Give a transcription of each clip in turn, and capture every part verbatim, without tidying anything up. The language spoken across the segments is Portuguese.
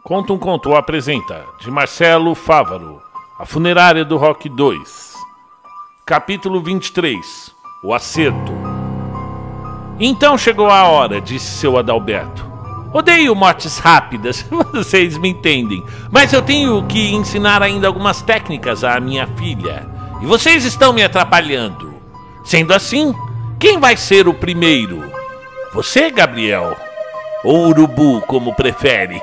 Conta um Conto apresenta, de Marcelo Fávaro, A Funerária do Rock dois. Capítulo vinte e três, O Acerto. Então chegou a hora, disse seu Adalberto. Odeio mortes rápidas, vocês me entendem, mas eu tenho que ensinar ainda algumas técnicas à minha filha, e vocês estão me atrapalhando. Sendo assim, quem vai ser o primeiro? Você, Gabriel? Ou Urubu, como prefere?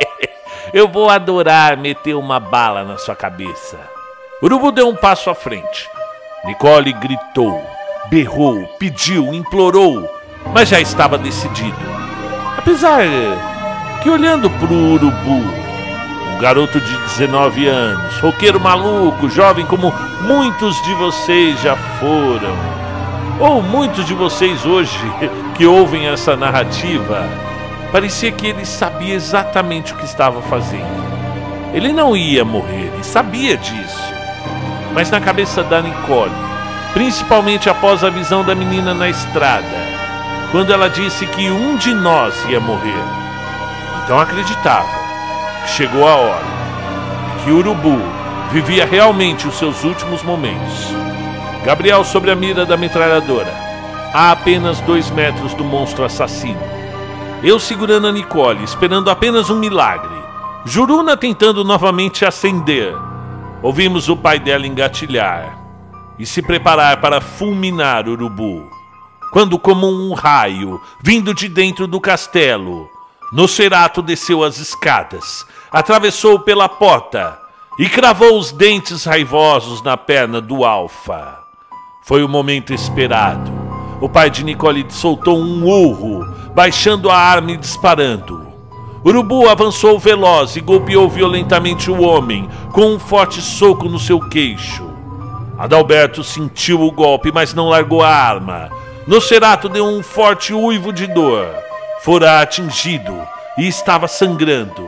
Eu vou adorar meter uma bala na sua cabeça. Urubu deu um passo à frente. Nicole gritou, berrou, pediu, implorou, mas já estava decidido. Apesar que, olhando pro Urubu, um garoto de dezenove anos, roqueiro maluco, jovem como muitos de vocês já foram, ou muitos de vocês hoje que ouvem essa narrativa, parecia que ele sabia exatamente o que estava fazendo. Ele não ia morrer e sabia disso. Mas na cabeça da Nicole, principalmente após a visão da menina na estrada, quando ela disse que um de nós ia morrer, então acreditava que chegou a hora, que Urubu vivia realmente os seus últimos momentos. Gabriel sobre a mira da metralhadora, a apenas dois metros do monstro assassino. Eu segurando a Nicole, esperando apenas um milagre. Juruna tentando novamente acender. Ouvimos o pai dela engatilhar e se preparar para fulminar Urubu, quando, como um raio, vindo de dentro do castelo, Nosferatu desceu as escadas, atravessou pela porta e cravou os dentes raivosos na perna do Alfa. Foi o momento esperado. O pai de Nicole soltou um urro, baixando a arma e disparando. Urubu avançou veloz e golpeou violentamente o homem com um forte soco no seu queixo. Adalberto sentiu o golpe, mas não largou a arma. Nosferatu deu um forte uivo de dor. Fora atingido e estava sangrando.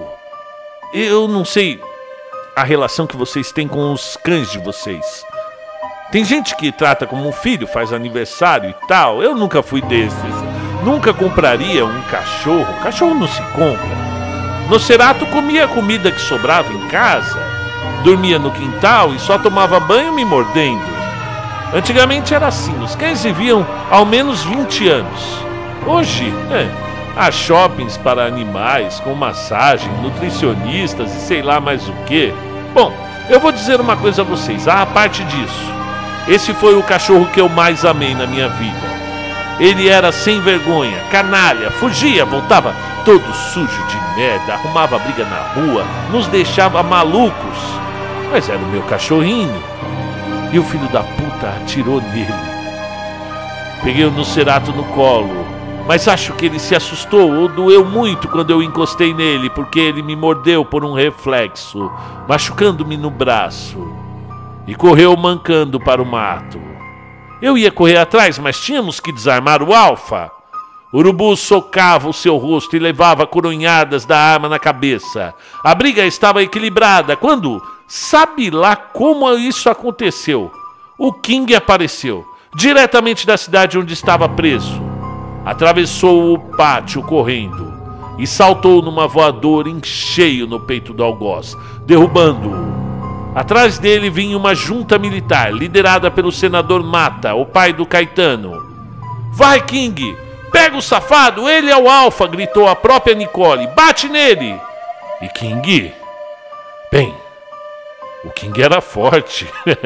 Eu não sei a relação que vocês têm com os cães de vocês. Tem gente que trata como um filho, faz aniversário e tal. Eu nunca fui desses. Nunca compraria um cachorro. Cachorro não se compra. Nosferatu comia a comida que sobrava em casa, dormia no quintal e só tomava banho me mordendo. Antigamente era assim, os cães viviam ao menos vinte anos. Hoje, é, há shoppings para animais, com massagem, nutricionistas e sei lá mais o que. Bom, eu vou dizer uma coisa a vocês, a parte disso. Esse foi o cachorro que eu mais amei na minha vida. Ele era sem vergonha, canalha, fugia, voltava todo sujo de merda, arrumava briga na rua, nos deixava malucos. Mas era o meu cachorrinho. E o filho da puta atirou nele. Peguei o Nosferatu no colo, mas acho que ele se assustou ou doeu muito quando eu encostei nele, porque ele me mordeu por um reflexo, machucando-me no braço. E correu mancando para o mato. Eu ia correr atrás, mas tínhamos que desarmar o Alfa. Urubu socava o seu rosto e levava coronhadas da arma na cabeça. A briga estava equilibrada quando, sabe lá como isso aconteceu, o King apareceu, diretamente da cidade onde estava preso. Atravessou o pátio correndo e saltou numa voadora em cheio no peito do algoz, derrubando-o. Atrás dele vinha uma junta militar, liderada pelo senador Mata, o pai do Caetano. Vai, King! Pega o safado, ele é o Alfa! Gritou a própria Nicole. Bate nele! E King? Bem, o King era forte.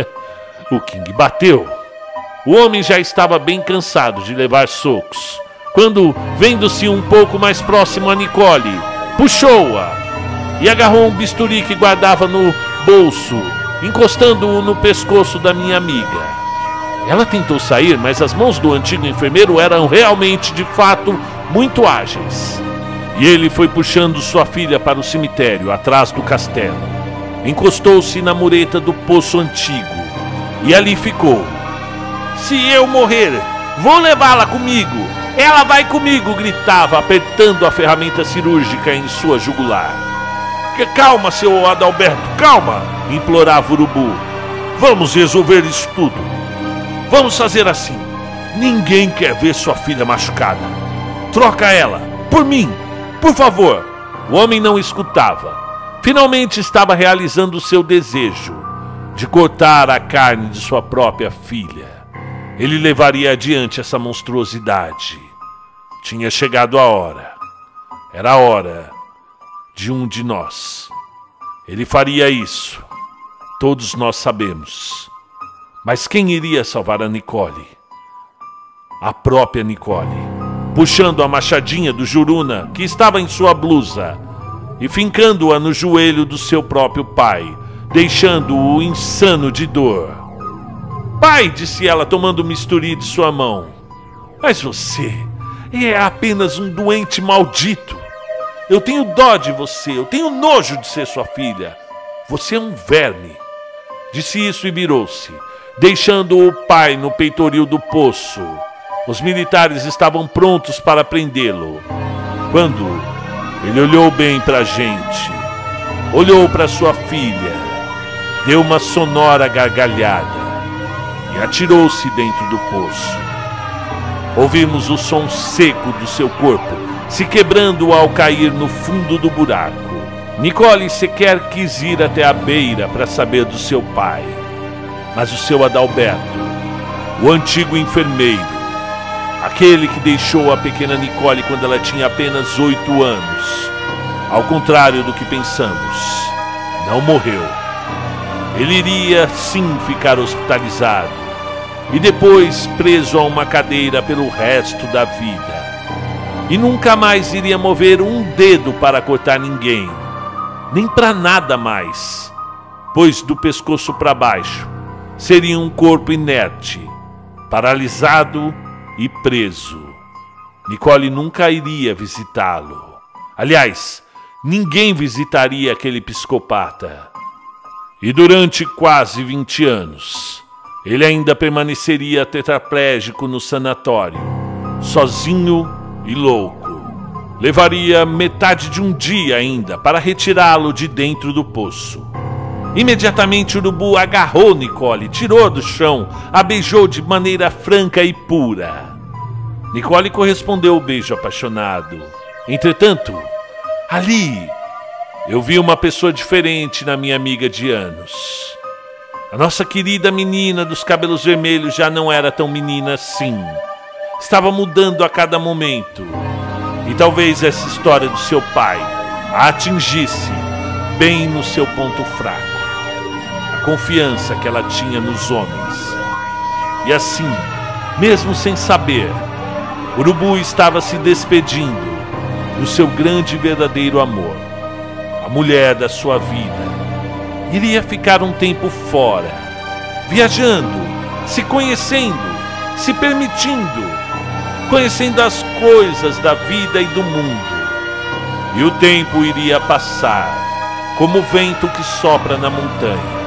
O King bateu. O homem já estava bem cansado de levar socos, quando, vendo-se um pouco mais próximo a Nicole, puxou-a e agarrou um bisturi que guardava no bolso, encostando-o no pescoço da minha amiga. Ela tentou sair, mas as mãos do antigo enfermeiro eram realmente, de fato, muito ágeis. E ele foi puxando sua filha para o cemitério, atrás do castelo. Encostou-se na mureta do poço antigo e ali ficou. Se eu morrer, vou levá-la comigo. Ela vai comigo, gritava, apertando a ferramenta cirúrgica em sua jugular. Calma, seu Adalberto, calma, implorava Urubu. Vamos resolver isso tudo. Vamos fazer assim. Ninguém quer ver sua filha machucada. Troca ela, por mim, por favor. O homem não escutava. Finalmente estava realizando o seu desejo de cortar a carne de sua própria filha. Ele levaria adiante essa monstruosidade. Tinha chegado a hora. Era a hora de um de nós. Ele faria isso. Todos nós sabemos. Mas quem iria salvar a Nicole? A própria Nicole, puxando a machadinha do Juruna que estava em sua blusa e fincando-a no joelho do seu próprio pai, deixando-o insano de dor. Pai, disse ela, tomando o misturi de sua mão. Mas você é apenas um doente maldito. Eu tenho dó de você, eu tenho nojo de ser sua filha. Você é um verme. Disse isso e virou-se, deixando o pai no peitoril do poço. Os militares estavam prontos para prendê-lo. Quando ele olhou bem para a gente, olhou para sua filha, deu uma sonora gargalhada e atirou-se dentro do poço. Ouvimos o som seco do seu corpo se quebrando ao cair no fundo do buraco. Nicole sequer quis ir até a beira para saber do seu pai. Mas o seu Adalberto, o antigo enfermeiro, aquele que deixou a pequena Nicole quando ela tinha apenas oito anos, ao contrário do que pensamos, não morreu. Ele iria sim ficar hospitalizado e depois preso a uma cadeira pelo resto da vida. E nunca mais iria mover um dedo para cortar ninguém, nem para nada mais, pois do pescoço para baixo seria um corpo inerte, paralisado e preso. Nicole nunca iria visitá-lo. Aliás, ninguém visitaria aquele psicopata. E durante quase vinte anos, ele ainda permaneceria tetraplégico no sanatório, sozinho e louco. Levaria metade de um dia ainda para retirá-lo de dentro do poço. Imediatamente o urubu agarrou Nicole, tirou do chão, a beijou de maneira franca e pura. Nicole correspondeu ao beijo apaixonado. Entretanto, ali eu vi uma pessoa diferente na minha amiga de anos. A nossa querida menina dos cabelos vermelhos já não era tão menina assim. Estava mudando a cada momento. E talvez essa história do seu pai a atingisse bem no seu ponto fraco. A confiança que ela tinha nos homens. E assim, mesmo sem saber, o urubu estava se despedindo do seu grande e verdadeiro amor. A mulher da sua vida. Iria ficar um tempo fora, viajando, se conhecendo, se permitindo, conhecendo as coisas da vida e do mundo. E o tempo iria passar, como o vento que sopra na montanha.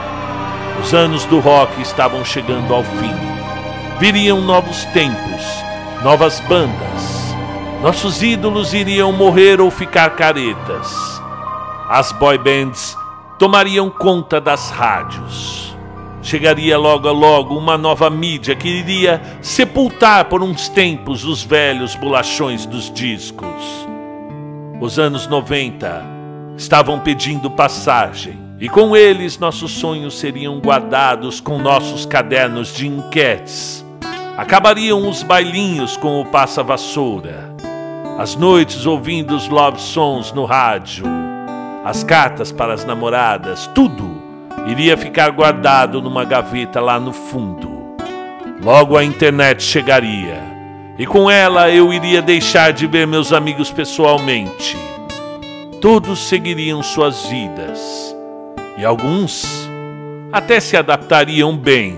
Os anos do rock estavam chegando ao fim. Viriam novos tempos, novas bandas. Nossos ídolos iriam morrer ou ficar caretas. As boy bands tomariam conta das rádios. Chegaria logo a logo uma nova mídia que iria sepultar por uns tempos os velhos bolachões dos discos. Os anos noventa estavam pedindo passagem, e com eles nossos sonhos seriam guardados com nossos cadernos de enquetes. Acabariam os bailinhos com o passa-vassoura, as noites ouvindo os love songs no rádio, as cartas para as namoradas, tudo iria ficar guardado numa gaveta lá no fundo. Logo a internet chegaria, e com ela eu iria deixar de ver meus amigos pessoalmente. Todos seguiriam suas vidas, e alguns até se adaptariam bem,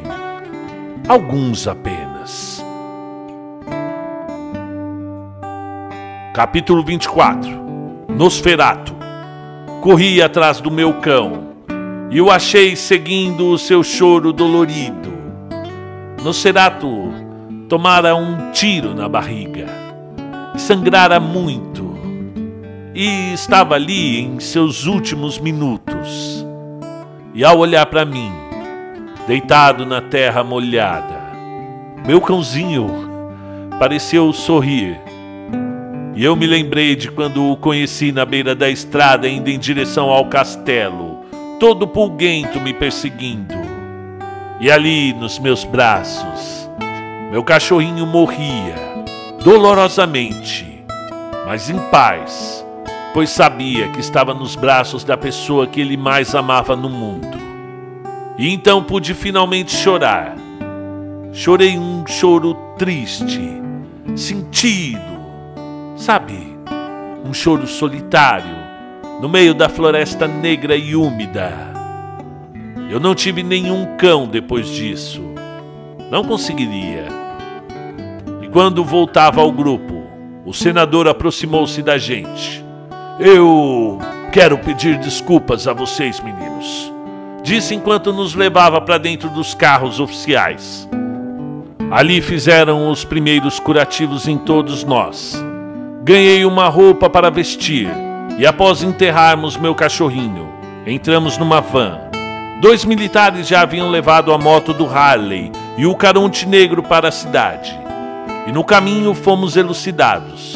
alguns apenas. Capítulo vinte e quatro. Nosferatu. Corri atrás do meu cão e o achei seguindo o seu choro dolorido. Nosferatu tomara um tiro na barriga, sangrara muito e estava ali em seus últimos minutos. E ao olhar para mim, deitado na terra molhada, meu cãozinho pareceu sorrir E eu me lembrei de quando o conheci na beira da estrada, indo em direção ao castelo, todo pulguento me perseguindo. E ali, nos meus braços, meu cachorrinho morria, dolorosamente, mas em paz, pois sabia que estava nos braços da pessoa que ele mais amava no mundo. E então pude finalmente chorar. Chorei um choro triste, sentido, sabe? Um choro solitário, no meio da floresta negra e úmida. Eu não tive nenhum cão depois disso. Não conseguiria. E quando voltava ao grupo, o senador aproximou-se da gente. Eu quero pedir desculpas a vocês, meninos, disse enquanto nos levava para dentro dos carros oficiais. Ali fizeram os primeiros curativos em todos nós. Ganhei uma roupa para vestir e após enterrarmos meu cachorrinho, entramos numa van. Dois militares já haviam levado a moto do Harley e o Caronte Negro para a cidade. E no caminho fomos elucidados.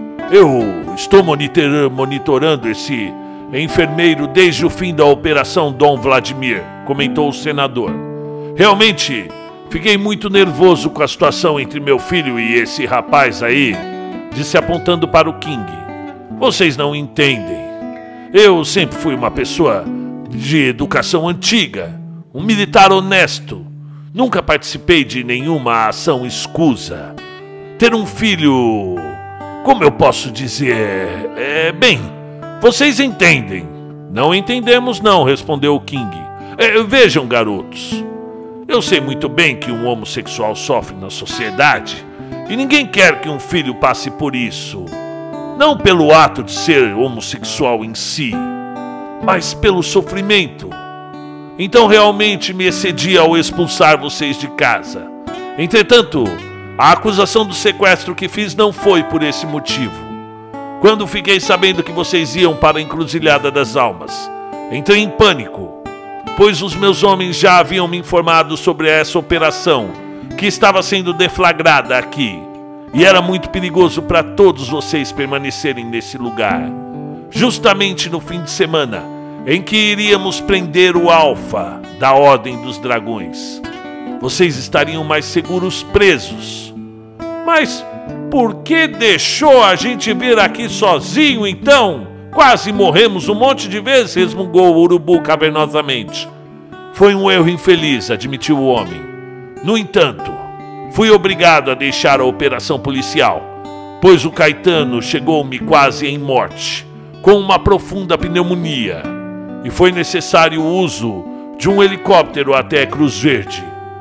Eu estou monitor- monitorando esse enfermeiro desde o fim da Operação Dom Vladimir, comentou o senador. Realmente, fiquei muito nervoso com a situação entre meu filho e esse rapaz aí, disse apontando para o King. Vocês não entendem. Eu sempre fui uma pessoa de educação antiga, um militar honesto. Nunca participei de nenhuma ação escusa. Ter um filho, como eu posso dizer, é bem, vocês entendem. Não entendemos não, respondeu o King. É, vejam, garotos, eu sei muito bem que um homossexual sofre na sociedade e ninguém quer que um filho passe por isso. Não pelo ato de ser homossexual em si, mas pelo sofrimento. Então realmente me excedi ao expulsar vocês de casa. Entretanto, a acusação do sequestro que fiz não foi por esse motivo. Quando fiquei sabendo que vocês iam para a Encruzilhada das Almas, entrei em pânico, pois os meus homens já haviam me informado sobre essa operação que estava sendo deflagrada aqui, e era muito perigoso para todos vocês permanecerem nesse lugar, justamente no fim de semana em que iríamos prender o Alfa da Ordem dos Dragões. Vocês estariam mais seguros presos. Mas por que deixou a gente vir aqui sozinho então? Quase morremos um monte de vezes, resmungou o urubu cavernosamente. Foi um erro infeliz, admitiu o homem. No entanto, fui obrigado a deixar a operação policial, pois o Caetano chegou-me quase em morte, com uma profunda pneumonia, e foi necessário o uso de um helicóptero até Cruz Verde.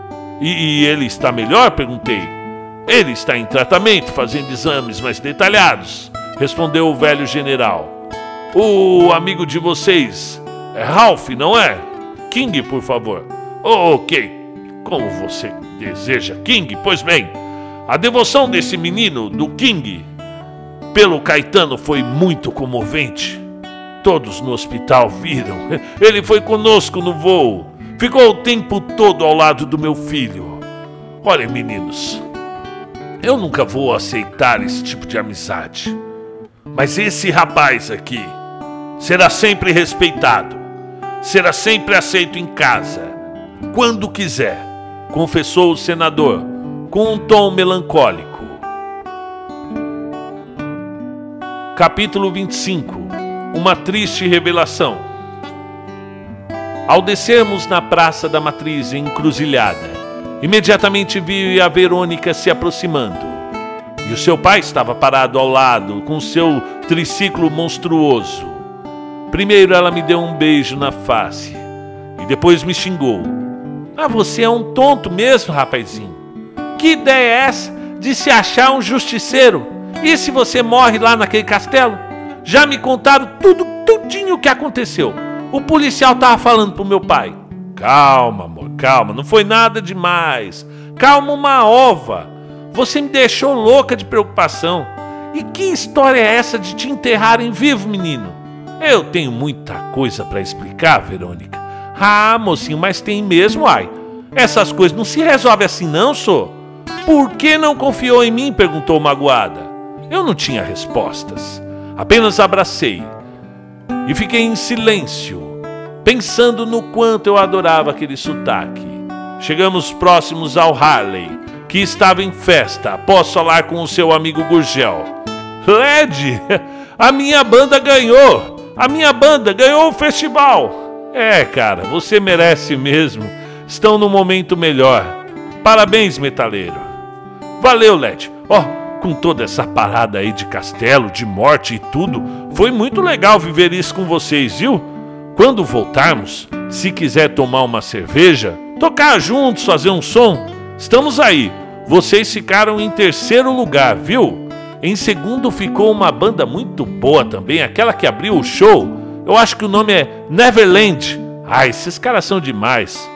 E, e ele está melhor? Perguntei. Ele está em tratamento, fazendo exames mais detalhados, respondeu o velho general. O amigo de vocês é Ralph, não é? King, por favor. Oh, ok, como você deseja, King. Pois bem, a devoção desse menino, do King, pelo Caetano foi muito comovente. Todos no hospital viram. Ele foi conosco no voo. Ficou o tempo todo ao lado do meu filho. Olhem, meninos, eu nunca vou aceitar esse tipo de amizade. Mas esse rapaz aqui será sempre respeitado. Será sempre aceito em casa, quando quiser, confessou o senador, com um tom melancólico. Capítulo vinte e cinco. Uma triste revelação. Ao descermos na Praça da Matriz em Encruzilhada, imediatamente vi a Verônica se aproximando. E o seu pai estava parado ao lado, com seu triciclo monstruoso. Primeiro ela me deu um beijo na face, e depois me xingou. Ah, você é um tonto mesmo, rapazinho. Que ideia é essa de se achar um justiceiro? E se você morre lá naquele castelo? Já me contaram tudo, tudinho o que aconteceu. O policial tava falando pro meu pai. Calma, amor, calma, não foi nada demais. Calma uma ova. Você me deixou louca de preocupação. E que história é essa de te enterrarem vivo, menino? Eu tenho muita coisa pra explicar, Verônica. Ah, mocinho, mas tem mesmo, ai. Essas coisas não se resolvem assim não, sô. Por que não confiou em mim? Perguntou magoada. Eu não tinha respostas. Apenas abracei e fiquei em silêncio, pensando no quanto eu adorava aquele sotaque. Chegamos próximos ao Harley, que estava em festa após falar com o seu amigo Gurgel. Led, a minha banda ganhou! A minha banda ganhou o festival! É, cara, você merece mesmo. Estão num momento melhor. Parabéns, metaleiro. Valeu, Led. Ó, oh, com toda essa parada aí de castelo, de morte e tudo, foi muito legal viver isso com vocês, viu? Quando voltarmos, se quiser tomar uma cerveja, tocar juntos, fazer um som, estamos aí. Vocês ficaram em terceiro lugar, viu? Em segundo ficou uma banda muito boa também, aquela que abriu o show. Eu acho que o nome é Neverland. Ai, esses caras são demais.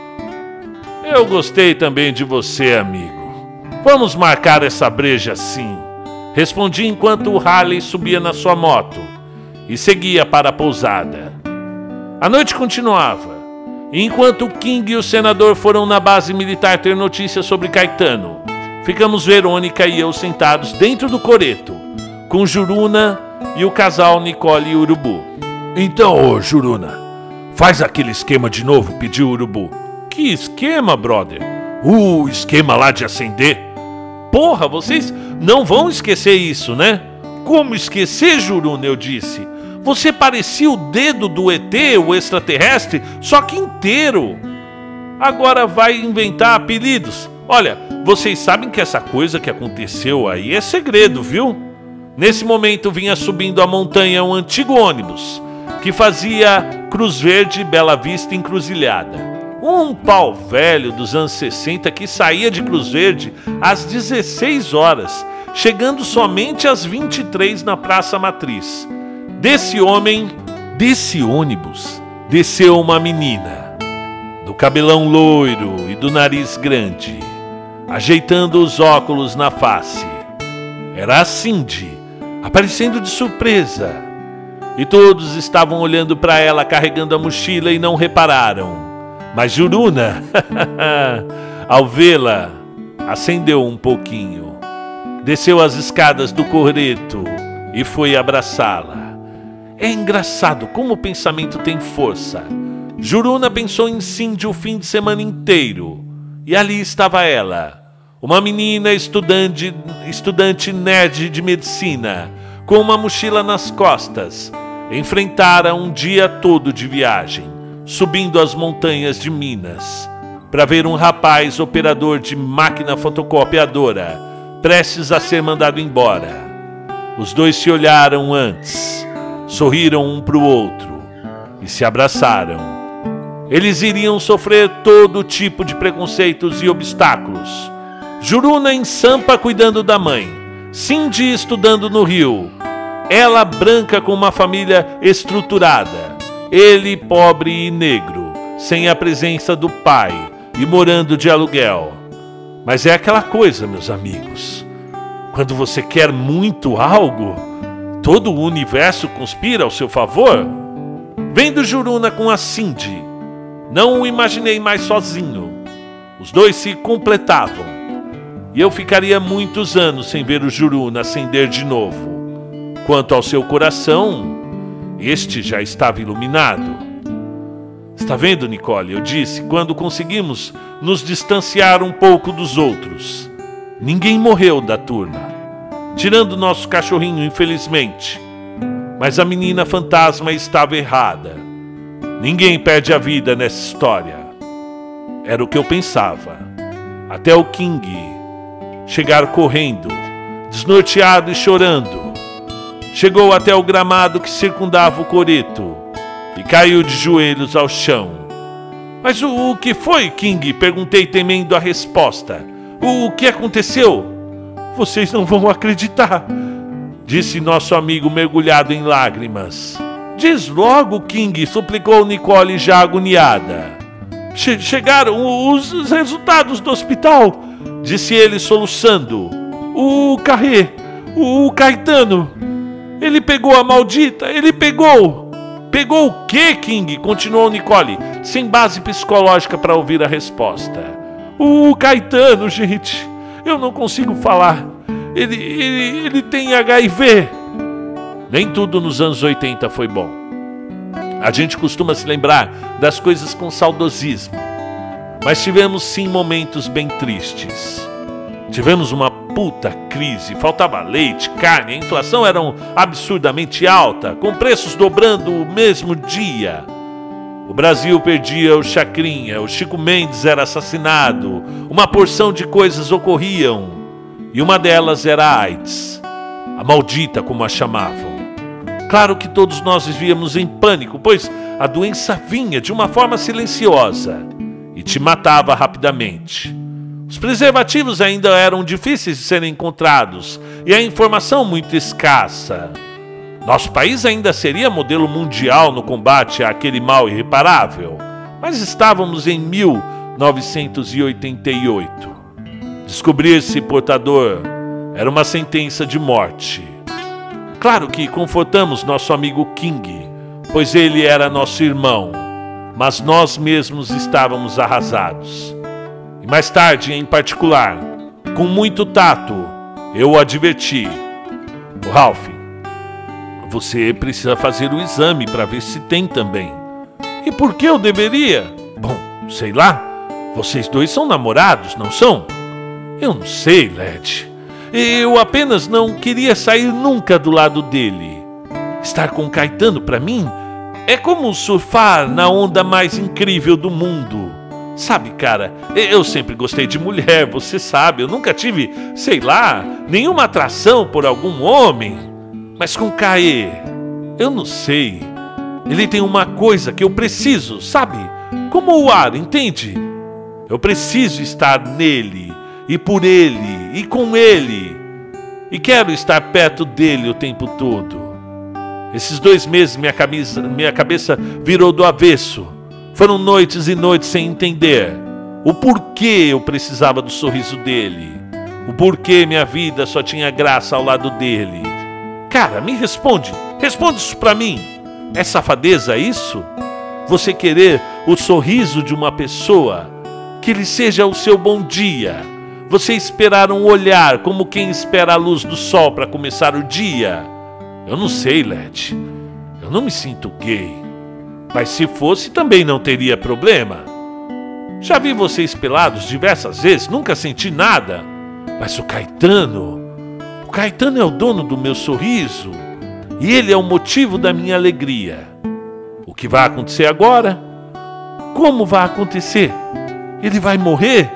Eu gostei também de você, amigo. Vamos marcar essa breja sim. Respondi enquanto o Harley subia na sua moto e seguia para a pousada. A noite continuava, e enquanto o King e o senador foram na base militar ter notícias sobre Caetano, ficamos Verônica e eu sentados dentro do coreto, com Juruna e o casal Nicole e Urubu. Então, ô Juruna, faz aquele esquema de novo, pediu Urubu. Que esquema, brother? O esquema lá de acender? Porra, vocês não vão esquecer isso, né? Como esquecer, Juruna, eu disse. Você parecia o dedo do E T, o extraterrestre, só que inteiro. Agora vai inventar apelidos. Olha, vocês sabem que essa coisa que aconteceu aí é segredo, viu? Nesse momento vinha subindo a montanha um antigo ônibus que fazia Cruz Verde, Bela Vista, Encruzilhada. Um pau velho dos anos sessenta que saía de Cruz Verde às dezesseis horas, chegando somente às vinte e três na Praça Matriz. Desse homem, desse ônibus, desceu uma menina, do cabelão loiro e do nariz grande, ajeitando os óculos na face. Era a Cindy, aparecendo de surpresa. E todos estavam olhando para ela carregando a mochila e não repararam. Mas Juruna, ao vê-la, acendeu um pouquinho, desceu as escadas do coreto e foi abraçá-la. É engraçado como o pensamento tem força. Juruna pensou em Cindy o fim de semana inteiro. E ali estava ela, uma menina estudante, estudante nerd de medicina, com uma mochila nas costas. Enfrentara um dia todo de viagem, subindo as montanhas de Minas, para ver um rapaz operador de máquina fotocopiadora, prestes a ser mandado embora. Os dois se olharam antes, sorriram um para o outro e se abraçaram. Eles iriam sofrer todo tipo de preconceitos e obstáculos. Juruna em Sampa cuidando da mãe, Cindy estudando no Rio, ela branca com uma família estruturada, ele pobre e negro, sem a presença do pai e morando de aluguel. Mas é aquela coisa, meus amigos. Quando você quer muito algo, todo o universo conspira ao seu favor. Vendo Juruna com a Cindy, não o imaginei mais sozinho. Os dois se completavam. E eu ficaria muitos anos sem ver o Juruna acender de novo. Quanto ao seu coração, este já estava iluminado. Está vendo, Nicole? Eu disse, quando conseguimos nos distanciar um pouco dos outros. Ninguém morreu da turma, tirando nosso cachorrinho, infelizmente. Mas a menina fantasma estava errada. Ninguém perde a vida nessa história. Era o que eu pensava. Até o King chegar correndo, desnorteado e chorando. Chegou até o gramado que circundava o coreto e caiu de joelhos ao chão. Mas o, o que foi, King? Perguntei temendo a resposta. O, o que aconteceu? Vocês não vão acreditar, disse nosso amigo mergulhado em lágrimas. Diz logo, King, suplicou Nicole já agoniada. Che- chegaram os, os resultados do hospital, disse ele soluçando. O Carré, o Caetano, ele pegou a maldita, ele pegou. Pegou o quê, King? Continuou Nicole, sem base psicológica para ouvir a resposta. O Caetano, gente, eu não consigo falar. ele, ele, ele tem H I V. Nem tudo nos anos oitenta foi bom. A gente costuma se lembrar das coisas com saudosismo. Mas tivemos sim momentos bem tristes. Tivemos uma puta crise, faltava leite, carne, a inflação era absurdamente alta, com preços dobrando o mesmo dia. O Brasil perdia o Chacrinha, o Chico Mendes era assassinado, uma porção de coisas ocorriam, e uma delas era a AIDS, a maldita como a chamavam. Claro que todos nós vivíamos em pânico, pois a doença vinha de uma forma silenciosa e te matava rapidamente. Os preservativos ainda eram difíceis de serem encontrados e a informação muito escassa. Nosso país ainda seria modelo mundial no combate àquele mal irreparável, mas estávamos em mil novecentos e oitenta e oito. Descobrir-se portador era uma sentença de morte. Claro que confortamos nosso amigo King, pois ele era nosso irmão, mas nós mesmos estávamos arrasados. E mais tarde, em particular, com muito tato, eu o adverti: "O Ralph, você precisa fazer o exame para ver se tem também." "E por que eu deveria?" "Bom, sei lá. Vocês dois são namorados, não são?" "Eu não sei, Led. Eu apenas não queria sair nunca do lado dele. Estar com Caetano para mim é como surfar na onda mais incrível do mundo. Sabe, cara, eu sempre gostei de mulher, você sabe. Eu nunca tive, sei lá, nenhuma atração por algum homem. Mas com Caê, eu não sei. Ele tem uma coisa que eu preciso, sabe? Como o ar, entende? Eu preciso estar nele, e por ele, e com ele. E quero estar perto dele o tempo todo. Esses dois meses minha cabeça, minha cabeça virou do avesso. Foram noites e noites sem entender o porquê eu precisava do sorriso dele. O porquê minha vida só tinha graça ao lado dele. Cara, me responde. Responde isso pra mim. É safadeza isso? Você querer o sorriso de uma pessoa, que ele seja o seu bom dia. Você esperar um olhar como quem espera a luz do sol para começar o dia. Eu não sei, Led. Eu não me sinto gay. Mas se fosse, também não teria problema. Já vi vocês pelados diversas vezes, nunca senti nada. Mas o Caetano... O Caetano é o dono do meu sorriso. E ele é o motivo da minha alegria. O que vai acontecer agora? Como vai acontecer? Ele vai morrer?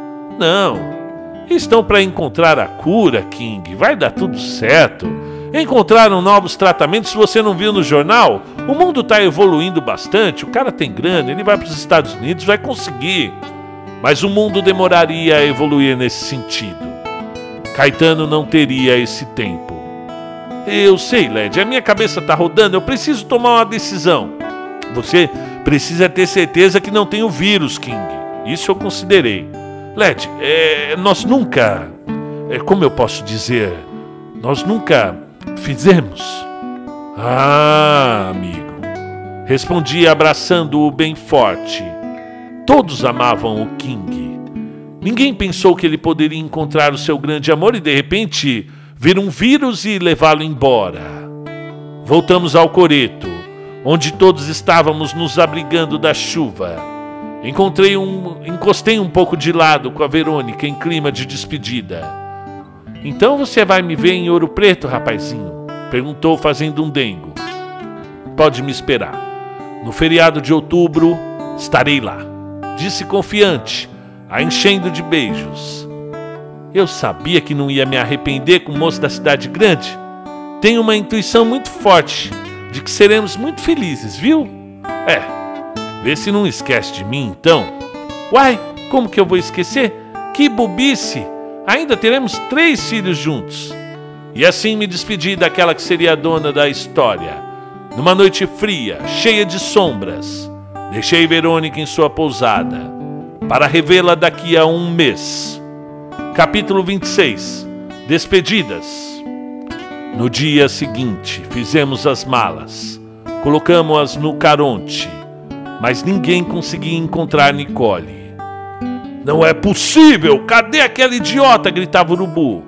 Não. Estão para encontrar a cura, King. Vai dar tudo certo. Encontraram novos tratamentos. Se você não viu no jornal, o mundo está evoluindo bastante. O cara tem grana, ele vai para os Estados Unidos, vai conseguir. Mas o mundo demoraria a evoluir nesse sentido. Caetano não teria esse tempo. Eu sei, Led, a minha cabeça está rodando. Eu preciso tomar uma decisão. Você precisa ter certeza que não tem o vírus, King. Isso eu considerei. Led, é, nós nunca... É, como eu posso dizer? Nós nunca fizemos. Ah, amigo. Respondi abraçando-o bem forte. Todos amavam o King. Ninguém pensou que ele poderia encontrar o seu grande amor e de repente vir um vírus e levá-lo embora. Voltamos ao coreto, onde todos estávamos nos abrigando da chuva. Encontrei um, encostei um pouco de lado com a Verônica em clima de despedida. "Então você vai me ver em Ouro Preto, rapazinho?" perguntou fazendo um dengo. "Pode me esperar. No feriado de outubro estarei lá", disse confiante, a enchendo de beijos. Eu sabia que não ia me arrepender com o moço da cidade grande. Tenho uma intuição muito forte de que seremos muito felizes, viu? É, vê se não esquece de mim, então. Uai, como que eu vou esquecer? Que bobice! Ainda teremos três filhos juntos. E assim me despedi daquela que seria a dona da história. Numa noite fria, cheia de sombras, deixei Verônica em sua pousada, para revê-la daqui a um mês. Capítulo vinte e seis. Despedidas. No dia seguinte, fizemos as malas. Colocamos-as no Caronte, mas ninguém conseguia encontrar Nicole. "Não é possível! Cadê aquela idiota?" gritava o Urubu.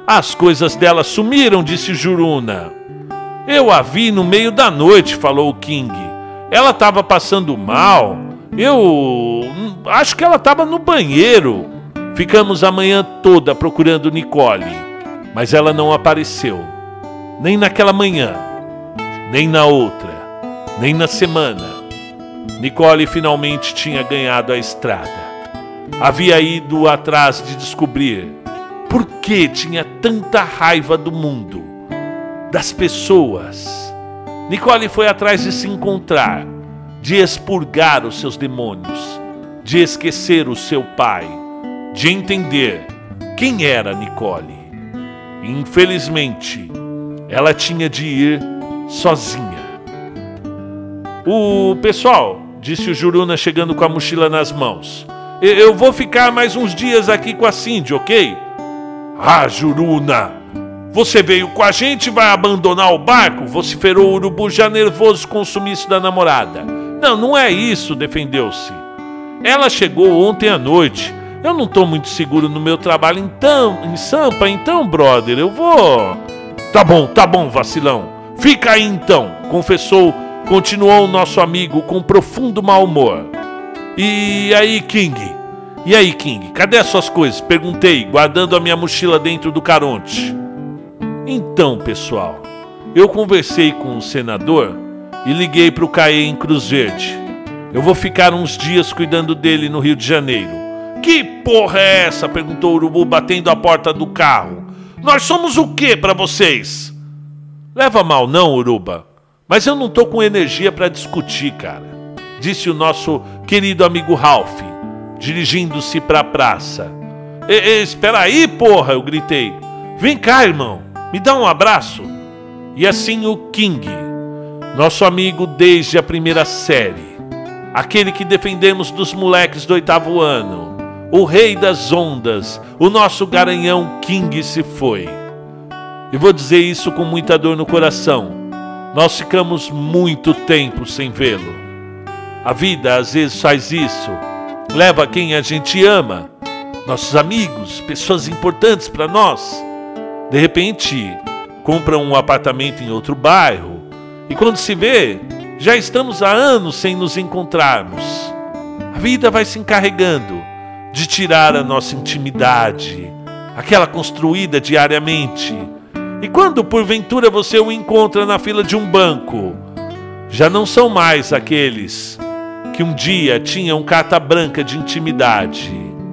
As coisas dela sumiram, disse Juruna. Eu a vi no meio da noite, falou o King. Ela estava passando mal. Eu acho que ela estava no banheiro. Ficamos a manhã toda procurando Nicole, mas ela não apareceu. Nem naquela manhã, nem na outra, nem na semana. Nicole finalmente tinha ganhado a estrada. Havia ido atrás de descobrir por que tinha tanta raiva do mundo, das pessoas. Nicole foi atrás de se encontrar, de expurgar os seus demônios, de esquecer o seu pai, de entender quem era Nicole. Infelizmente, ela tinha de ir sozinha. O pessoal, disse o Juruna chegando com a mochila nas mãos, eu vou ficar mais uns dias aqui com a Cindy, ok? Ah, Juruna, você veio com a gente e vai abandonar o barco? Vociferou o Urubu já nervoso com o sumiço da namorada. Não, não é isso, defendeu-se. Ela chegou ontem à noite. Eu não estou muito seguro no meu trabalho então, em Sampa, então, brother, eu vou... Tá bom, tá bom, vacilão. Fica aí então, confessou, continuou o nosso amigo com profundo mau humor. E aí, King? E aí, King? Cadê as suas coisas? Perguntei, guardando a minha mochila dentro do Caronte. Então, pessoal, eu conversei com o senador e liguei para o Caê em Cruz Verde. Eu vou ficar uns dias cuidando dele no Rio de Janeiro. Que porra é essa? Perguntou o Urubu batendo a porta do carro. Nós somos o quê para vocês? Leva mal não, Uruba, mas eu não tô com energia para discutir, cara, disse o nosso querido amigo Ralph, dirigindo-se para a praça. E, e, espera aí, porra, eu gritei. Vem cá, irmão, me dá um abraço. E assim o King, nosso amigo desde a primeira série, aquele que defendemos dos moleques do oitavo ano, o rei das ondas, o nosso garanhão King se foi. E vou dizer isso com muita dor no coração. Nós ficamos muito tempo sem vê-lo. A vida às vezes faz isso. Leva quem a gente ama, nossos amigos, pessoas importantes para nós. De repente, compram um apartamento em outro bairro. E quando se vê, já estamos há anos sem nos encontrarmos. A vida vai se encarregando de tirar a nossa intimidade, aquela construída diariamente. E quando porventura você o encontra na fila de um banco, já não são mais aqueles que um dia tinham carta branca de intimidade.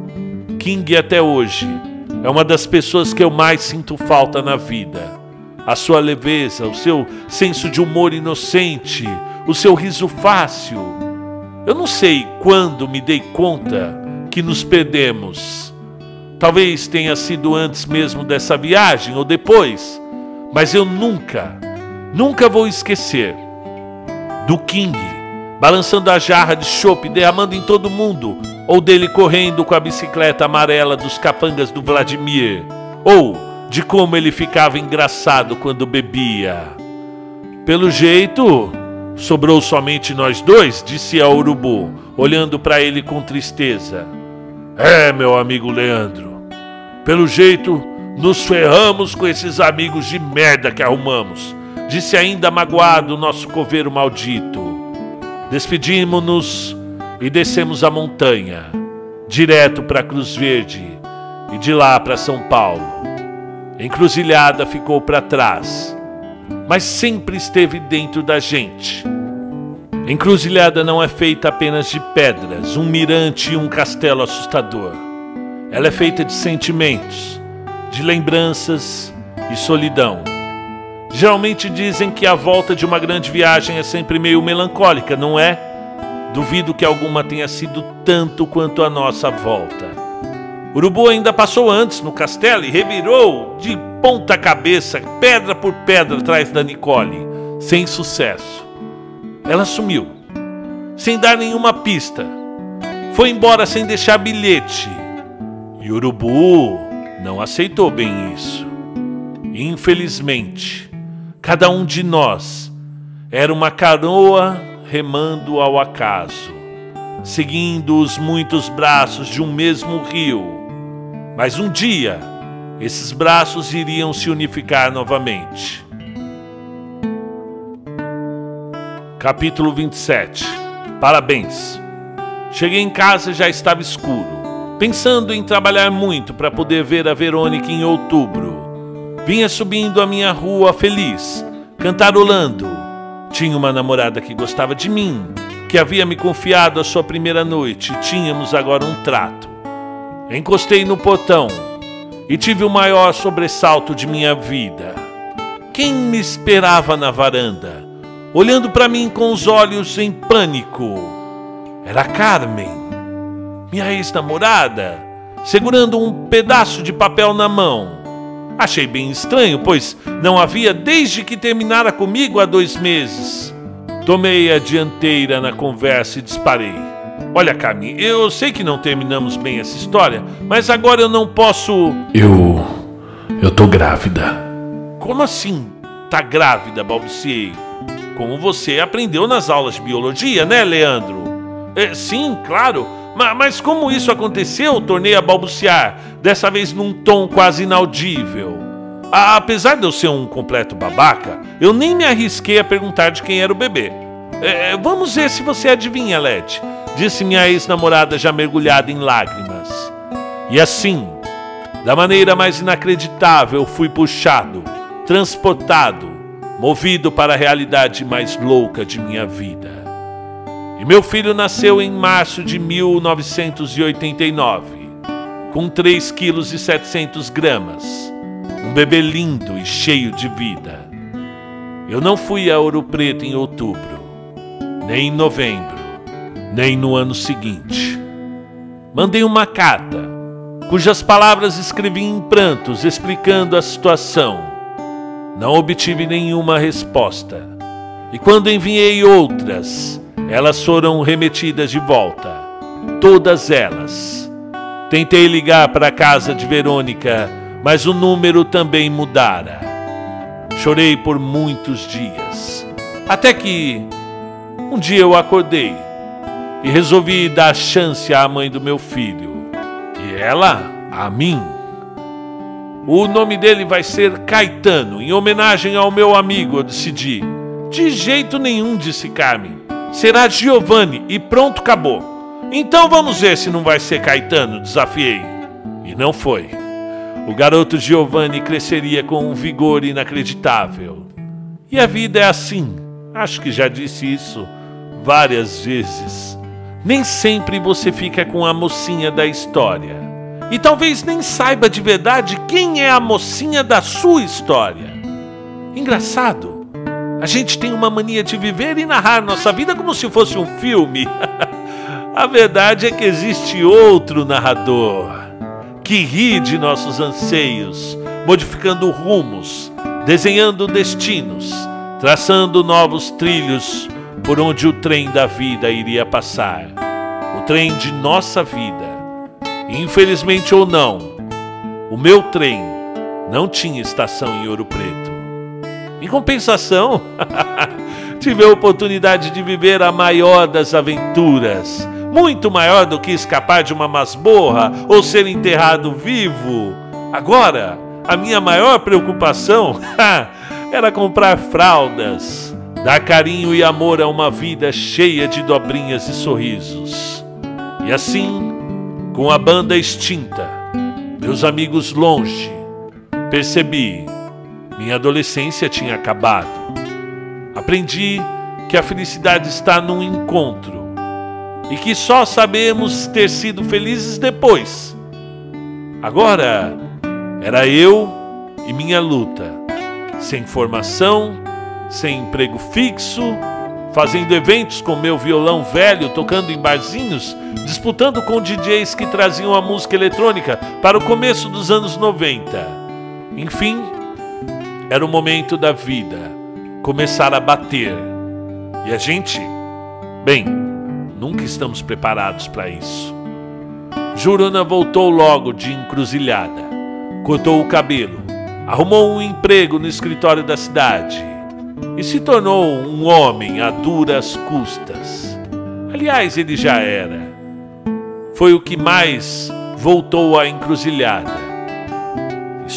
King até hoje é uma das pessoas que eu mais sinto falta na vida. A sua leveza, o seu senso de humor inocente, o seu riso fácil. Eu não sei quando me dei conta que nos perdemos. Talvez tenha sido antes mesmo dessa viagem ou depois, mas eu nunca, nunca vou esquecer do King balançando a jarra de chopp, derramando em todo mundo, ou dele correndo com a bicicleta amarela dos capangas do Vladimir, ou de como ele ficava engraçado quando bebia. Pelo jeito, sobrou somente nós dois, disse a Urubu, olhando para ele com tristeza. É, meu amigo Leandro, pelo jeito nos ferramos com esses amigos de merda que arrumamos, disse ainda magoado o nosso coveiro maldito. Despedimos-nos e descemos a montanha, direto para Cruz Verde e de lá para São Paulo. Encruzilhada ficou para trás, mas sempre esteve dentro da gente. Encruzilhada não é feita apenas de pedras, um mirante e um castelo assustador. Ela é feita de sentimentos, de lembranças e solidão. Geralmente dizem que a volta de uma grande viagem é sempre meio melancólica, não é? Duvido que alguma tenha sido tanto quanto a nossa volta. Urubu ainda passou antes no castelo e revirou de ponta cabeça, pedra por pedra atrás da Nicole, sem sucesso. Ela sumiu, sem dar nenhuma pista. Foi embora sem deixar bilhete. E Urubu não aceitou bem isso. Infelizmente, cada um de nós era uma canoa remando ao acaso, seguindo os muitos braços de um mesmo rio. Mas um dia, esses braços iriam se unificar novamente. Capítulo vinte e sete. Parabéns. Cheguei em casa e já estava escuro, pensando em trabalhar muito para poder ver a Verônica em outubro. Vinha subindo a minha rua feliz, cantarolando. Tinha uma namorada que gostava de mim, que havia me confiado a sua primeira noite, e tínhamos agora um trato. Encostei no portão e tive o maior sobressalto de minha vida. Quem me esperava na varanda, olhando para mim com os olhos em pânico? Era Carmen, minha ex-namorada, segurando um pedaço de papel na mão. Achei bem estranho, pois não havia desde que terminara comigo há dois meses. Tomei a dianteira na conversa e disparei. Olha, Carmen, eu sei que não terminamos bem essa história, mas agora eu não posso... Eu... eu tô grávida. Como assim? Tá grávida, balbuciei. Como você aprendeu nas aulas de biologia, né, Leandro? É, sim, claro. Mas, mas como isso aconteceu? Tornei a balbuciar, dessa vez num tom quase inaudível. Ah, apesar de eu ser um completo babaca, eu nem me arrisquei a perguntar de quem era o bebê. É, vamos ver se você adivinha, Led, disse minha ex-namorada já mergulhada em lágrimas. E assim, da maneira mais inacreditável, fui puxado, transportado, movido para a realidade mais louca de minha vida. E meu filho nasceu em março de mil novecentos e oitenta e nove, com três quilos e setecentos gramas. Um bebê lindo e cheio de vida. Eu não fui a Ouro Preto em outubro, nem em novembro, nem no ano seguinte. Mandei uma carta, cujas palavras escrevi em prantos, explicando a situação. Não obtive nenhuma resposta. E quando enviei outras, elas foram remetidas de volta. Todas elas. Tentei ligar para a casa de Verônica, mas o número também mudara. Chorei por muitos dias. Até que um dia eu acordei e resolvi dar chance à mãe do meu filho. E ela, a mim. O nome dele vai ser Caetano, em homenagem ao meu amigo, eu decidi. De jeito nenhum, disse Carmen. Será Giovanni e pronto, acabou. Então vamos ver se não vai ser Caetano, desafiei. E não foi. O garoto Giovanni cresceria com um vigor inacreditável. E a vida é assim. Acho que já disse isso várias vezes. Nem sempre você fica com a mocinha da história. E talvez nem saiba de verdade quem é a mocinha da sua história. Engraçado. A gente tem uma mania de viver e narrar nossa vida como se fosse um filme. A verdade é que existe outro narrador que ri de nossos anseios, modificando rumos, desenhando destinos, traçando novos trilhos por onde o trem da vida iria passar. O trem de nossa vida. Infelizmente ou não, o meu trem não tinha estação em Ouro Preto. Em compensação, tive a oportunidade de viver a maior das aventuras, muito maior do que escapar de uma masmorra ou ser enterrado vivo. Agora, a minha maior preocupação era comprar fraldas, dar carinho e amor a uma vida cheia de dobrinhas e sorrisos. E assim, com a banda extinta, meus amigos longe, percebi, minha adolescência tinha acabado. Aprendi que a felicidade está num encontro e que só sabemos ter sido felizes depois. Agora, era eu e minha luta, sem formação, sem emprego fixo, fazendo eventos com meu violão velho, tocando em barzinhos, disputando com D Js que traziam a música eletrônica para o começo dos anos noventa. Enfim, era o momento da vida começar a bater. E a gente, bem, nunca estamos preparados para isso. Juruna voltou logo de encruzilhada, cortou o cabelo, arrumou um emprego no escritório da cidade e se tornou um homem a duras custas. Aliás, ele já era. Foi o que mais voltou à encruzilhada.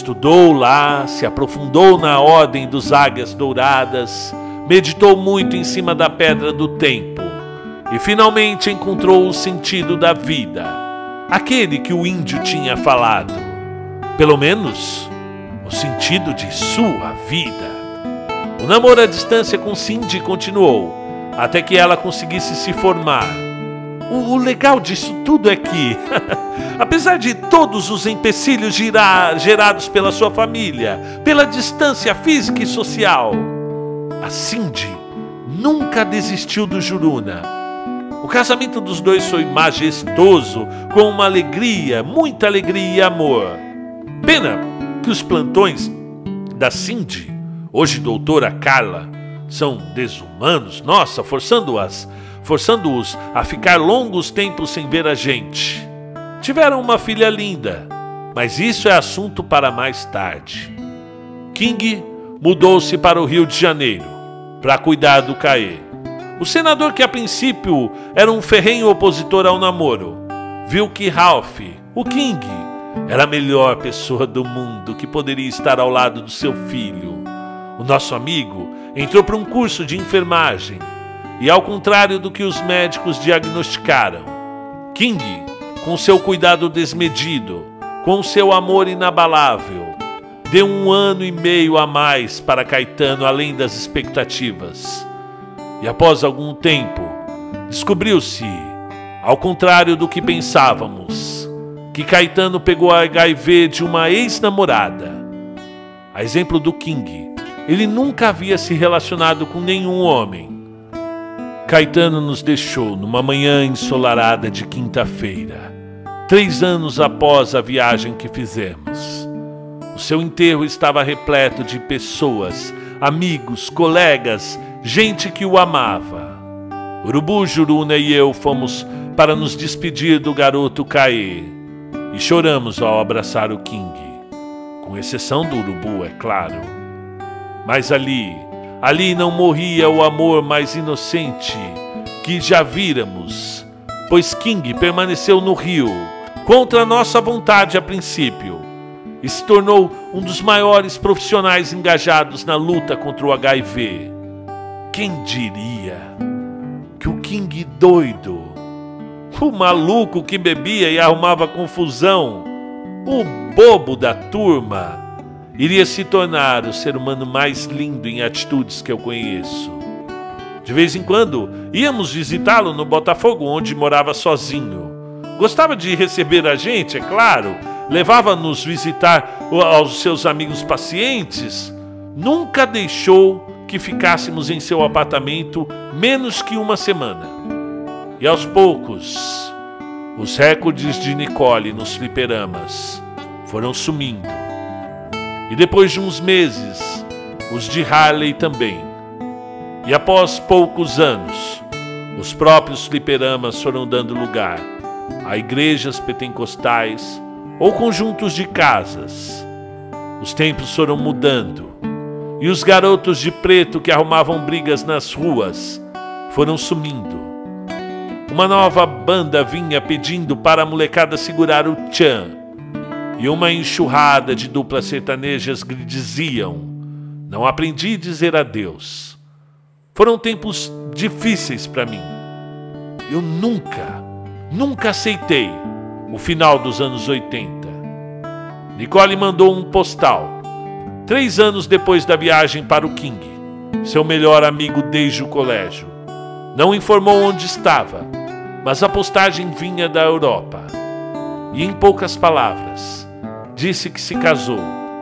Estudou lá, se aprofundou na Ordem dos Águias Douradas, meditou muito em cima da Pedra do Tempo e finalmente encontrou o sentido da vida, aquele que o índio tinha falado. Pelo menos, o sentido de sua vida. O namoro à distância com Cindy continuou, até que ela conseguisse se formar. O, o legal disso tudo é que, apesar de todos os empecilhos gira, gerados pela sua família, pela distância física e social, a Cindy nunca desistiu do Juruna. O casamento dos dois foi majestoso, com uma alegria, muita alegria e amor. Pena que os plantões da Cindy, hoje doutora Carla, são desumanos, nossa, forçando-as, forçando-os a ficar longos tempos sem ver a gente. Tiveram uma filha linda, mas isso é assunto para mais tarde. King mudou-se para o Rio de Janeiro, para cuidar do Caê. O senador, que a princípio era um ferrenho opositor ao namoro, viu que Ralph, o King, era a melhor pessoa do mundo que poderia estar ao lado do seu filho. O nosso amigo entrou para um curso de enfermagem e, ao contrário do que os médicos diagnosticaram, King, com seu cuidado desmedido, com seu amor inabalável, deu um ano e meio a mais para Caetano além das expectativas. E após algum tempo, descobriu-se, ao contrário do que pensávamos, que Caetano pegou a H I V de uma ex-namorada. A exemplo do King, ele nunca havia se relacionado com nenhum homem. Caetano nos deixou numa manhã ensolarada de quinta-feira, três anos após a viagem que fizemos. O seu enterro estava repleto de pessoas, amigos, colegas, gente que o amava. Urubu, Juruna e eu fomos para nos despedir do garoto Caê e choramos ao abraçar o King, com exceção do Urubu, é claro. Mas ali, ali não morria o amor mais inocente que já víramos, pois King permaneceu no Rio, contra nossa vontade a princípio, e se tornou um dos maiores profissionais engajados na luta contra o H I V. Quem diria que o King doido, o maluco que bebia e arrumava confusão, o bobo da turma, iria se tornar o ser humano mais lindo em atitudes que eu conheço. De vez em quando, íamos visitá-lo no Botafogo, onde morava sozinho. Gostava de receber a gente, é claro, levava-nos visitar aos seus amigos pacientes, nunca deixou que ficássemos em seu apartamento menos que uma semana. E aos poucos, os recordes de Nicole nos fliperamas foram sumindo. E depois de uns meses, os de Harley também. E após poucos anos, os próprios fliperamas foram dando lugar a igrejas pentecostais ou conjuntos de casas. Os tempos foram mudando e os garotos de preto que arrumavam brigas nas ruas foram sumindo. Uma nova banda vinha pedindo para a molecada segurar o tchan, e uma enxurrada de duplas sertanejas diziam: não aprendi a dizer adeus. Foram tempos difíceis para mim. Eu nunca, nunca aceitei o final dos anos oitenta. Nicole mandou um postal, três anos depois da viagem para o King, seu melhor amigo desde o colégio. Não informou onde estava, mas a postagem vinha da Europa. E em poucas palavras, disse que se casou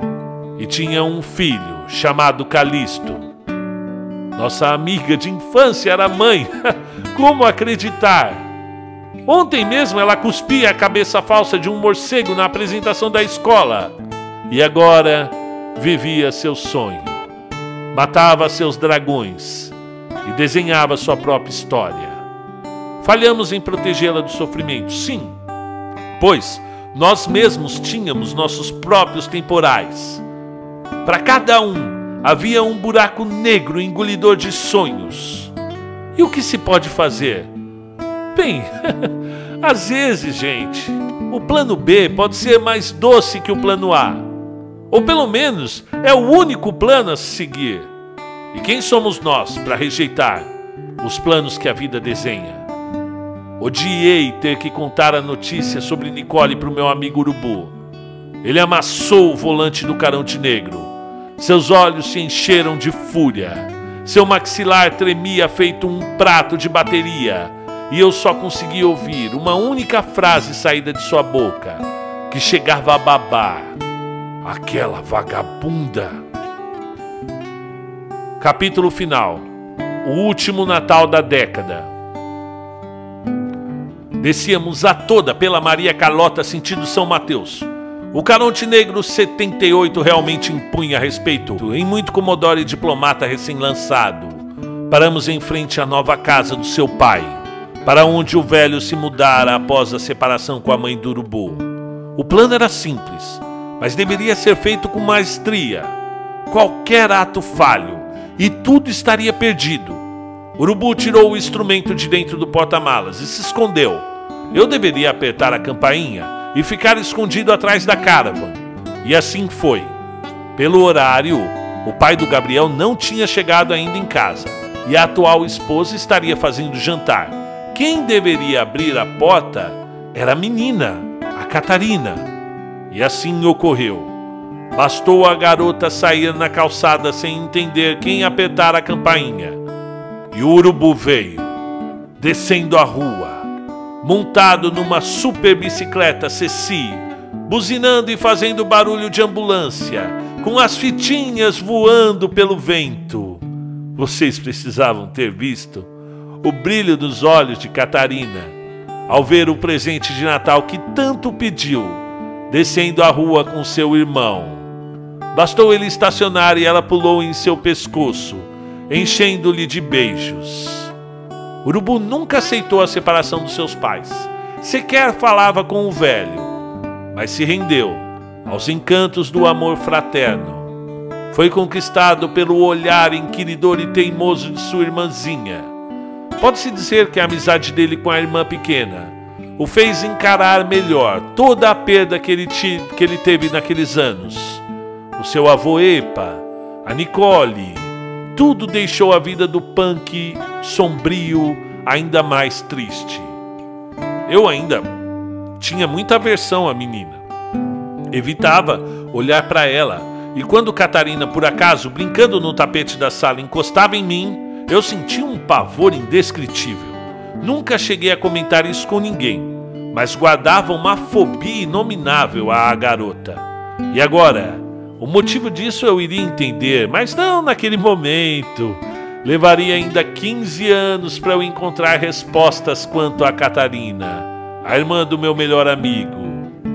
e tinha um filho chamado Calixto. Nossa amiga de infância era mãe. Como acreditar? Ontem mesmo ela cuspia a cabeça falsa de um morcego na apresentação da escola. E agora vivia seu sonho. Matava seus dragões e desenhava sua própria história. Falhamos em protegê-la do sofrimento, sim, pois nós mesmos tínhamos nossos próprios temporais. Para cada um havia um buraco negro engolidor de sonhos. E o que se pode fazer? Bem, às vezes, gente, o plano B pode ser mais doce que o plano A. Ou pelo menos é o único plano a seguir. E quem somos nós para rejeitar os planos que a vida desenha? Odiei ter que contar a notícia sobre Nicole para o meu amigo Urubu. Ele amassou o volante do Caronte Negro. Seus olhos se encheram de fúria. Seu maxilar tremia feito um prato de bateria. E eu só conseguia ouvir uma única frase saída de sua boca, que chegava a babar. Aquela vagabunda. Capítulo final. O último Natal da década. Descíamos a toda pela Maria Carlota sentido São Mateus. O Caronte Negro setenta e oito realmente impunha respeito, em muito Commodore e diplomata recém-lançado. Paramos em frente à nova casa do seu pai, para onde o velho se mudara após a separação com a mãe do Urubu. O plano era simples, mas deveria ser feito com maestria. Qualquer ato falho, e tudo estaria perdido. Urubu tirou o instrumento de dentro do porta-malas e se escondeu. Eu deveria apertar a campainha e ficar escondido atrás da caravan. E assim foi. Pelo horário, o pai do Gabriel não tinha chegado ainda em casa, e a atual esposa estaria fazendo jantar. Quem deveria abrir a porta era a menina, a Catarina. E assim ocorreu. Bastou a garota sair na calçada sem entender quem apertar a campainha. E o Urubu veio, descendo a rua, montado numa super bicicleta Ceci, buzinando e fazendo barulho de ambulância, com as fitinhas voando pelo vento. Vocês precisavam ter visto o brilho dos olhos de Catarina ao ver o presente de Natal que tanto pediu, descendo a rua com seu irmão. Bastou ele estacionar e ela pulou em seu pescoço, enchendo-lhe de beijos. Urubu nunca aceitou a separação dos seus pais, sequer falava com o velho, mas se rendeu aos encantos do amor fraterno. Foi conquistado pelo olhar inquiridor e teimoso de sua irmãzinha. Pode-se dizer que a amizade dele com a irmã pequena o fez encarar melhor toda a perda que ele, te, que ele teve naqueles anos. O seu avô Epa, a Nicole, tudo deixou a vida do punk sombrio ainda mais triste. Eu ainda tinha muita aversão à menina. Evitava olhar para ela, e quando Catarina, por acaso, brincando no tapete da sala, encostava em mim, eu sentia um pavor indescritível. Nunca cheguei a comentar isso com ninguém, mas guardava uma fobia inominável à garota. E agora, o motivo disso eu iria entender, mas não naquele momento. Levaria ainda quinze anos para eu encontrar respostas quanto a Catarina, a irmã do meu melhor amigo.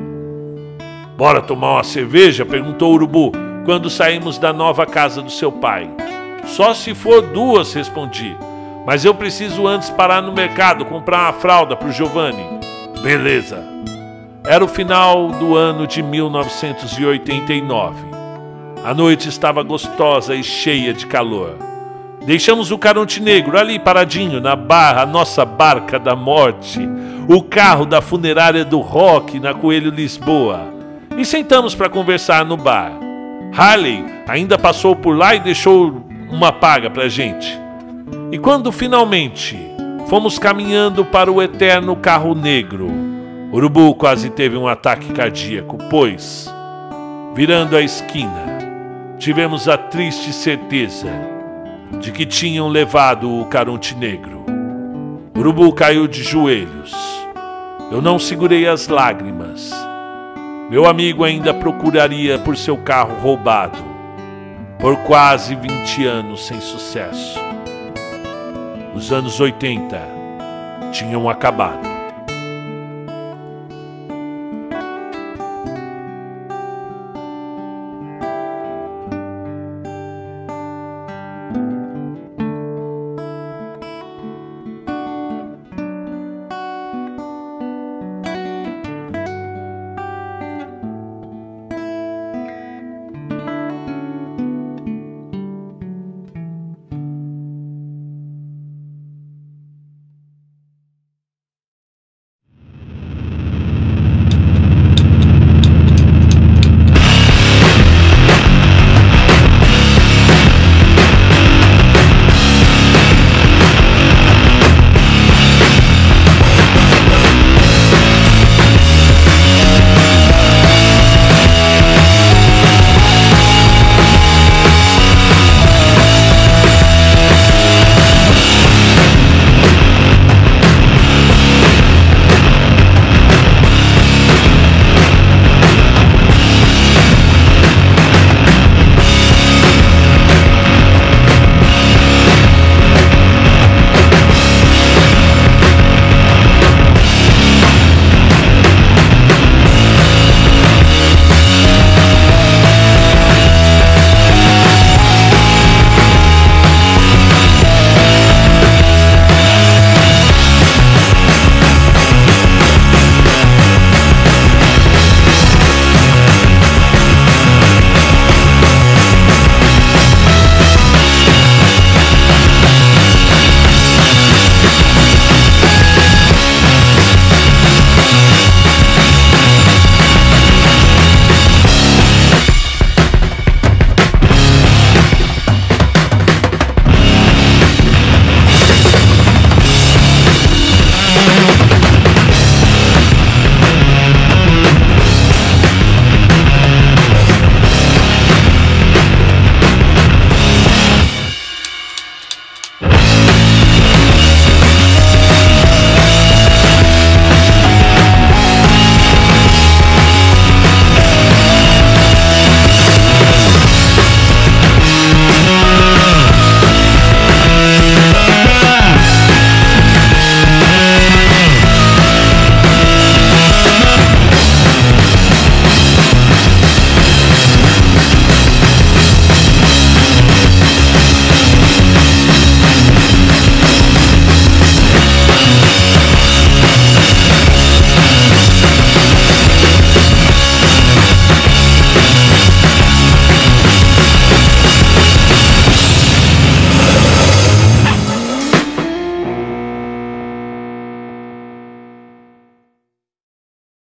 Bora tomar uma cerveja? Perguntou Urubu, quando saímos da nova casa do seu pai. Só se for duas, respondi. Mas eu preciso antes parar no mercado, comprar uma fralda para o Giovanni. Beleza. Era o final do ano de mil novecentos e oitenta e nove. A noite estava gostosa e cheia de calor. Deixamos o Caronte Negro ali paradinho na barra, a nossa barca da morte, o carro da funerária do rock na Coelho Lisboa, e sentamos para conversar no bar. Harley ainda passou por lá e deixou uma paga pra gente. E quando finalmente fomos caminhando para o eterno carro negro, Urubu quase teve um ataque cardíaco, pois, virando a esquina, tivemos a triste certeza de que tinham levado o Caronte Negro. Urubu caiu de joelhos. Eu não segurei as lágrimas. Meu amigo ainda procuraria por seu carro roubado, por quase vinte anos sem sucesso. Os anos oitenta tinham acabado.